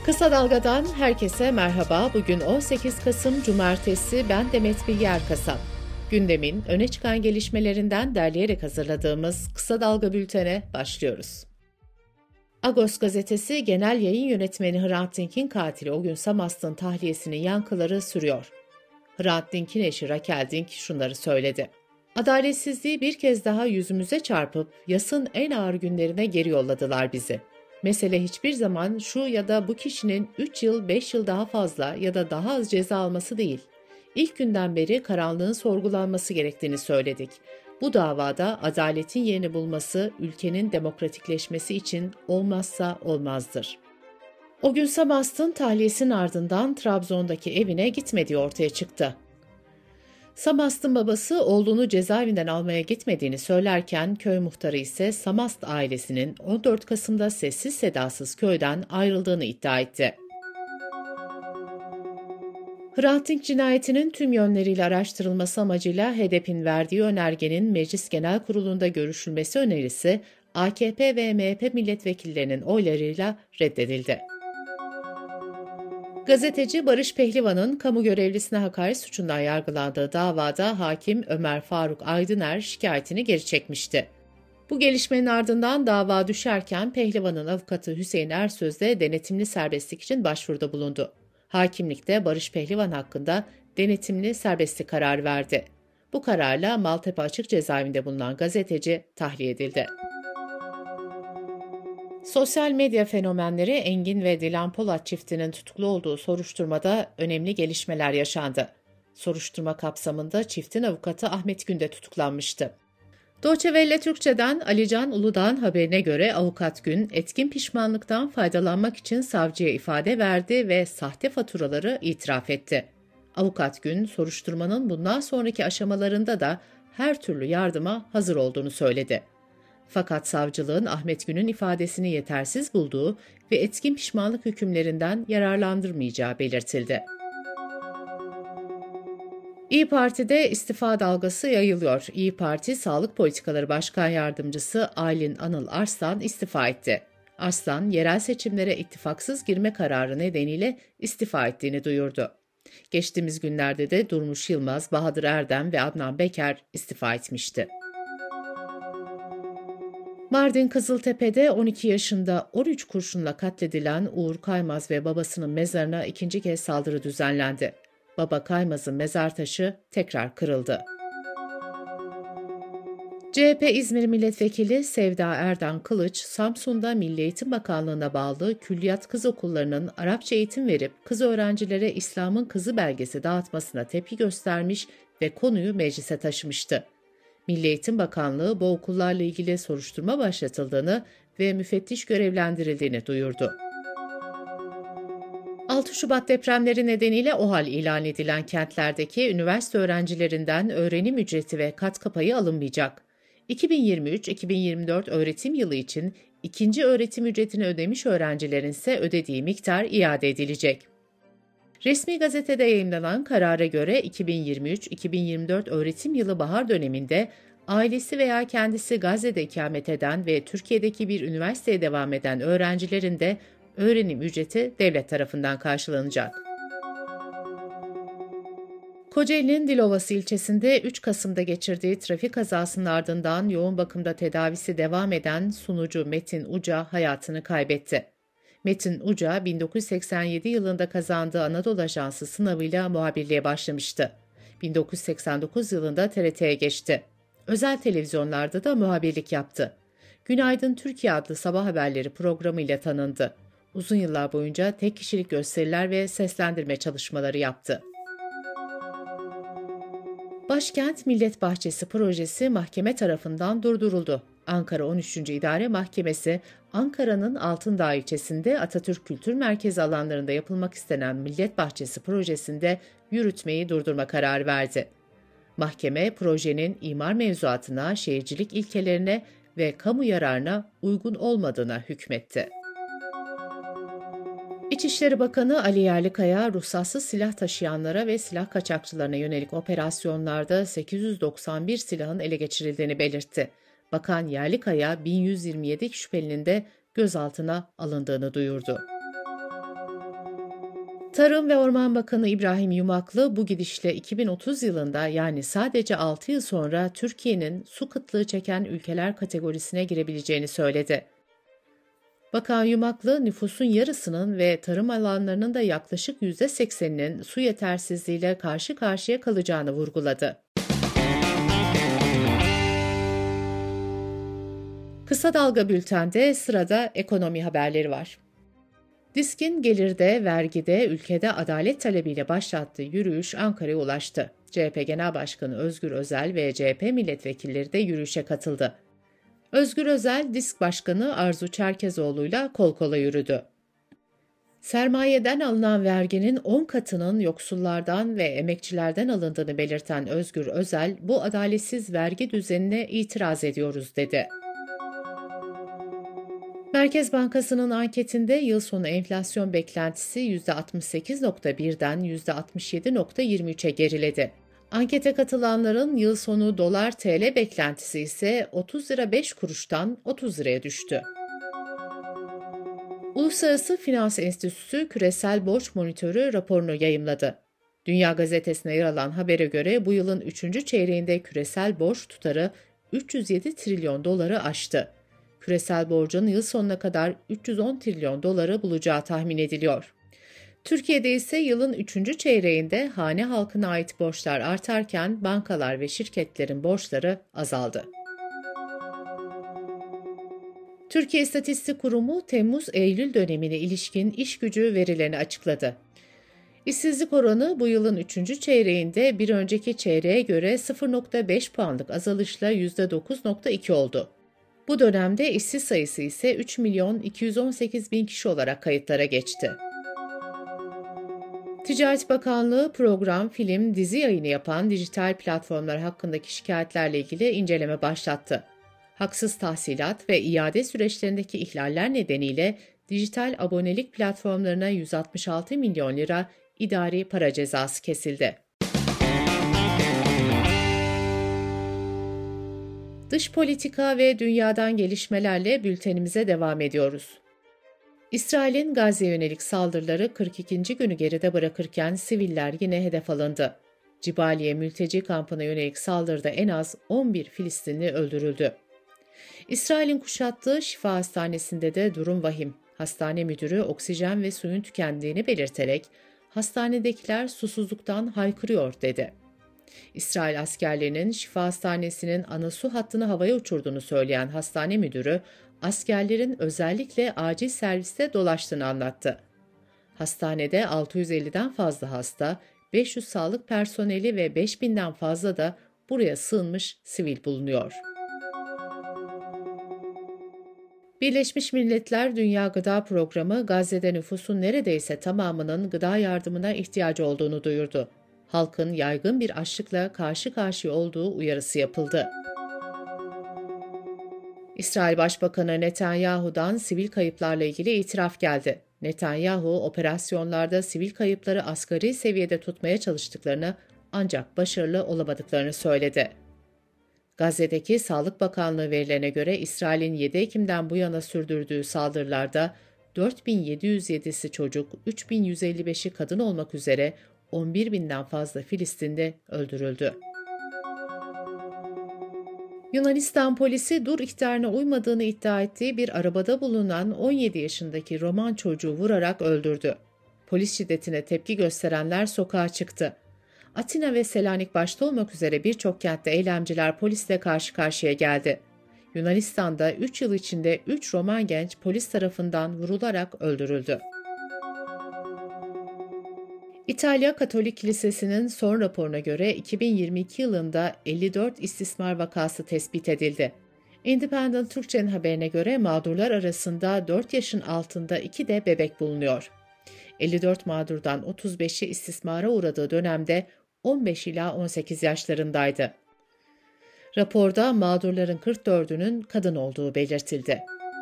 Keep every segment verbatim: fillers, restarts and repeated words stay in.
Kısa Dalga'dan herkese merhaba. Bugün on sekiz Kasım Cumartesi, ben Demet Bilge Erkasap. Gündemin öne çıkan gelişmelerinden derleyerek hazırladığımız Kısa Dalga bültene başlıyoruz. Agos gazetesi genel yayın yönetmeni Hrant Dink'in katili o gün Samast'ın tahliyesinin yankıları sürüyor. Hrant Dink'in eşi Raquel Dink şunları söyledi. Adaletsizliği bir kez daha yüzümüze çarpıp yasın en ağır günlerine geri yolladılar bizi. Mesele hiçbir zaman şu ya da bu kişinin üç yıl beş yıl daha fazla ya da daha az ceza alması değil. İlk günden beri karanlığın sorgulanması gerektiğini söyledik. Bu davada adaletin yerini bulması ülkenin demokratikleşmesi için olmazsa olmazdır. O gün Samast'ın tahliyesinin ardından Trabzon'daki evine gitmediği ortaya çıktı. Samast'ın babası oğlunu cezaevinden almaya gitmediğini söylerken köy muhtarı ise Samast ailesinin on dört Kasım'da sessiz sedasız köyden ayrıldığını iddia etti. Hrant Dink cinayetinin tüm yönleriyle araştırılması amacıyla H D P'nin verdiği önergenin Meclis Genel Kurulu'nda görüşülmesi önerisi A K P ve M H P milletvekillerinin oylarıyla reddedildi. Gazeteci Barış Pehlivan'ın kamu görevlisine hakaret suçundan yargılandığı davada hakim Ömer Faruk Aydıner şikayetini geri çekmişti. Bu gelişmenin ardından dava düşerken Pehlivan'ın avukatı Hüseyin Ersöz de denetimli serbestlik için başvuruda bulundu. Hakimlikte Barış Pehlivan hakkında denetimli serbestlik kararı verdi. Bu kararla Maltepe Açık Cezaevinde bulunan gazeteci tahliye edildi. Sosyal medya fenomenleri Engin ve Dilan Polat çiftinin tutuklu olduğu soruşturmada önemli gelişmeler yaşandı. Soruşturma kapsamında çiftin avukatı Ahmet Gün de tutuklanmıştı. Deutsche Welle Türkçe'den Alican Uludağ'ın haberine göre avukat Gün, etkin pişmanlıktan faydalanmak için savcıya ifade verdi ve sahte faturaları itiraf etti. Avukat Gün, soruşturmanın bundan sonraki aşamalarında da her türlü yardıma hazır olduğunu söyledi. Fakat savcılığın Ahmet Gün'ün ifadesini yetersiz bulduğu ve etkin pişmanlık hükümlerinden yararlandırmayacağı belirtildi. İYİ Parti'de istifa dalgası yayılıyor. İYİ Parti Sağlık Politikaları Başkan Yardımcısı Aylin Anıl Arslan istifa etti. Arslan, yerel seçimlere ittifaksız girme kararı nedeniyle istifa ettiğini duyurdu. Geçtiğimiz günlerde de Durmuş Yılmaz, Bahadır Erdem ve Adnan Beker istifa etmişti. Mardin Kızıltepe'de on iki yaşında on üç kurşunla katledilen Uğur Kaymaz ve babasının mezarına ikinci kez saldırı düzenlendi. Baba Kaymaz'ın mezar taşı tekrar kırıldı. C H P İzmir Milletvekili Sevda Erdan Kılıç, Samsun'da Milli Eğitim Bakanlığı'na bağlı Külliyat Kız Okulları'nın Arapça eğitim verip kız öğrencilere İslam'ın kızı belgesi dağıtmasına tepki göstermiş ve konuyu meclise taşımıştı. Milli Eğitim Bakanlığı bu okullarla ilgili soruşturma başlatıldığını ve müfettiş görevlendirildiğini duyurdu. altı Şubat depremleri nedeniyle OHAL ilan edilen kentlerdeki üniversite öğrencilerinden öğrenim ücreti ve katkı payı alınmayacak. iki bin yirmi üç iki bin yirmi dört öğretim yılı için ikinci öğretim ücretini ödemiş öğrencilerin ise ödediği miktar iade edilecek. Resmi gazetede yayımlanan karara göre iki bin yirmi üç iki bin yirmi dört öğretim yılı bahar döneminde ailesi veya kendisi Gazze'de ikamet eden ve Türkiye'deki bir üniversiteye devam eden öğrencilerin de öğrenim ücreti devlet tarafından karşılanacak. Kocaeli'nin Dilovası ilçesinde üç Kasım'da geçirdiği trafik kazasının ardından yoğun bakımda tedavisi devam eden sunucu Metin Uca hayatını kaybetti. Metin Uca, bin dokuz yüz seksen yedi yılında kazandığı Anadolu Ajansı sınavıyla muhabirliğe başlamıştı. bin dokuz yüz seksen dokuz yılında T R T'ye geçti. Özel televizyonlarda da muhabirlik yaptı. Günaydın Türkiye adlı sabah haberleri programıyla tanındı. Uzun yıllar boyunca tek kişilik gösteriler ve seslendirme çalışmaları yaptı. Başkent Millet Bahçesi projesi mahkeme tarafından durduruldu. Ankara on üçüncü İdare Mahkemesi, Ankara'nın Altındağ ilçesinde Atatürk Kültür Merkezi alanlarında yapılmak istenen Millet Bahçesi projesinde yürütmeyi durdurma kararı verdi. Mahkeme, projenin imar mevzuatına, şehircilik ilkelerine ve kamu yararına uygun olmadığına hükmetti. İçişleri Bakanı Ali Yerlikaya, ruhsatsız silah taşıyanlara ve silah kaçakçılarına yönelik operasyonlarda sekiz yüz doksan bir silahın ele geçirildiğini belirtti. Bakan Yerlikaya, bin yüz yirmi yedi şüphelinin de gözaltına alındığını duyurdu. Tarım ve Orman Bakanı İbrahim Yumaklı bu gidişle iki bin otuz yılında, yani sadece altı yıl sonra Türkiye'nin su kıtlığı çeken ülkeler kategorisine girebileceğini söyledi. Bakan Yumaklı, nüfusun yarısının ve tarım alanlarının da yaklaşık yüzde sekseninin su yetersizliğiyle karşı karşıya kalacağını vurguladı. Kısa Dalga Bülten'de sırada ekonomi haberleri var. DİSK'in gelirde, vergide, ülkede adalet talebiyle başlattığı yürüyüş Ankara'ya ulaştı. C H P Genel Başkanı Özgür Özel ve C H P milletvekilleri de yürüyüşe katıldı. Özgür Özel, DİSK Başkanı Arzu Çerkezoğlu'yla kol kola yürüdü. Sermayeden alınan verginin on katının yoksullardan ve emekçilerden alındığını belirten Özgür Özel, bu adaletsiz vergi düzenine itiraz ediyoruz dedi. Merkez Bankası'nın anketinde yıl sonu enflasyon beklentisi yüzde altmış sekiz virgül birden yüzde altmış yedi virgül yirmi üçe geriledi. Ankete katılanların yıl sonu dolar T L beklentisi ise otuz lira beş kuruştan otuz liraya düştü. Uluslararası Finans Enstitüsü Küresel Borç Monitörü raporunu yayımladı. Dünya Gazetesi'ne yer alan habere göre bu yılın üçüncü çeyreğinde küresel borç tutarı üç yüz yedi trilyon doları aştı. Küresel borcun yıl sonuna kadar üç yüz on trilyon doları bulacağı tahmin ediliyor. Türkiye'de ise yılın üçüncü çeyreğinde hane halkına ait borçlar artarken bankalar ve şirketlerin borçları azaldı. Türkiye İstatistik Kurumu Temmuz-Eylül dönemine ilişkin iş gücü verilerini açıkladı. İşsizlik oranı bu yılın üçüncü çeyreğinde bir önceki çeyreğe göre sıfır virgül beş puanlık azalışla yüzde dokuz virgül iki oldu. Bu dönemde işsiz sayısı ise üç milyon iki yüz on sekiz bin kişi olarak kayıtlara geçti. Ticaret Bakanlığı program, film, dizi yayını yapan dijital platformlar hakkındaki şikayetlerle ilgili inceleme başlattı. Haksız tahsilat ve iade süreçlerindeki ihlaller nedeniyle dijital abonelik platformlarına yüz altmış altı milyon lira idari para cezası kesildi. Dış politika ve dünyadan gelişmelerle bültenimize devam ediyoruz. İsrail'in Gazze'ye yönelik saldırıları kırk ikinci günü geride bırakırken siviller yine hedef alındı. Cibaliye mülteci kampına yönelik saldırıda en az on bir Filistinli öldürüldü. İsrail'in kuşattığı Şifa Hastanesi'nde de durum vahim. Hastane müdürü oksijen ve suyun tükendiğini belirterek hastanedekiler susuzluktan haykırıyor dedi. İsrail askerlerinin Şifa Hastanesi'nin ana su hattını havaya uçurduğunu söyleyen hastane müdürü, askerlerin özellikle acil serviste dolaştığını anlattı. Hastanede altı yüz elliden fazla hasta, beş yüz sağlık personeli ve beş binden fazla da buraya sığınmış sivil bulunuyor. Birleşmiş Milletler Dünya Gıda Programı, Gazze'de nüfusun neredeyse tamamının gıda yardımına ihtiyacı olduğunu duyurdu. Halkın yaygın bir açlıkla karşı karşıya olduğu uyarısı yapıldı. İsrail Başbakanı Netanyahu'dan sivil kayıplarla ilgili itiraf geldi. Netanyahu, operasyonlarda sivil kayıpları asgari seviyede tutmaya çalıştıklarını ancak başarılı olamadıklarını söyledi. Gazze'deki Sağlık Bakanlığı verilerine göre İsrail'in yedi Ekim'den bu yana sürdürdüğü saldırılarda dört bin yedi yüz yedisi çocuk, üç bin yüz elli beşi kadın olmak üzere on bir binden fazla Filistinli öldürüldü. Yunanistan polisi dur ihtarına uymadığını iddia ettiği bir arabada bulunan on yedi yaşındaki Roman çocuğu vurarak öldürdü. Polis şiddetine tepki gösterenler sokağa çıktı. Atina ve Selanik başta olmak üzere birçok kentte eylemciler polisle karşı karşıya geldi. Yunanistan'da üç yıl içinde üç Roman genç polis tarafından vurularak öldürüldü. İtalya Katolik Kilisesi'nin son raporuna göre iki bin yirmi iki yılında elli dört istismar vakası tespit edildi. Independent Türkçe'nin haberine göre mağdurlar arasında dört yaşın altında iki de bebek bulunuyor. elli dört mağdurdan otuz beşi istismara uğradığı dönemde on beş ila on sekiz yaşlarındaydı. Raporda mağdurların kırk dördünün kadın olduğu belirtildi.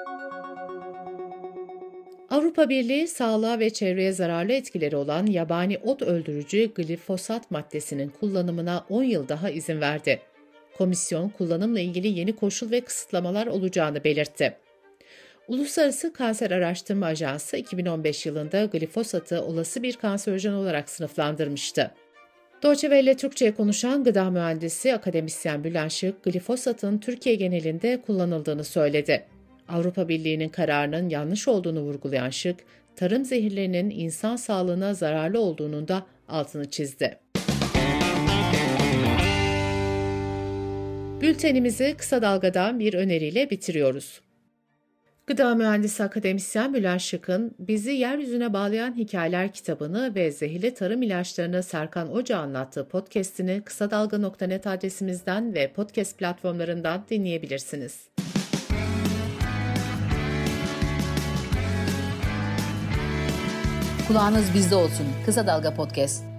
Avrupa Birliği, sağlığa ve çevreye zararlı etkileri olan yabani ot öldürücü glifosat maddesinin kullanımına on yıl daha izin verdi. Komisyon, kullanımla ilgili yeni koşul ve kısıtlamalar olacağını belirtti. Uluslararası Kanser Araştırma Ajansı iki bin on beş yılında glifosatı olası bir kanserojen olarak sınıflandırmıştı. Deutsche Welle Türkçe'ye konuşan gıda mühendisi akademisyen Bülent Şık, glifosatın Türkiye genelinde kullanıldığını söyledi. Avrupa Birliği'nin kararının yanlış olduğunu vurgulayan Şık, tarım zehirlerinin insan sağlığına zararlı olduğunun da altını çizdi. Bültenimizi kısa dalgadan bir öneriyle bitiriyoruz. Gıda Mühendisi akademisyen Bülent Şık'ın Bizi Yeryüzüne Bağlayan Hikayeler kitabını ve zehirli tarım ilaçlarını Serkan Oca anlattığı podcast'ini kısa dalga nokta net adresimizden ve podcast platformlarından dinleyebilirsiniz. Kulağınız bizde olsun. Kısa Dalga Podcast.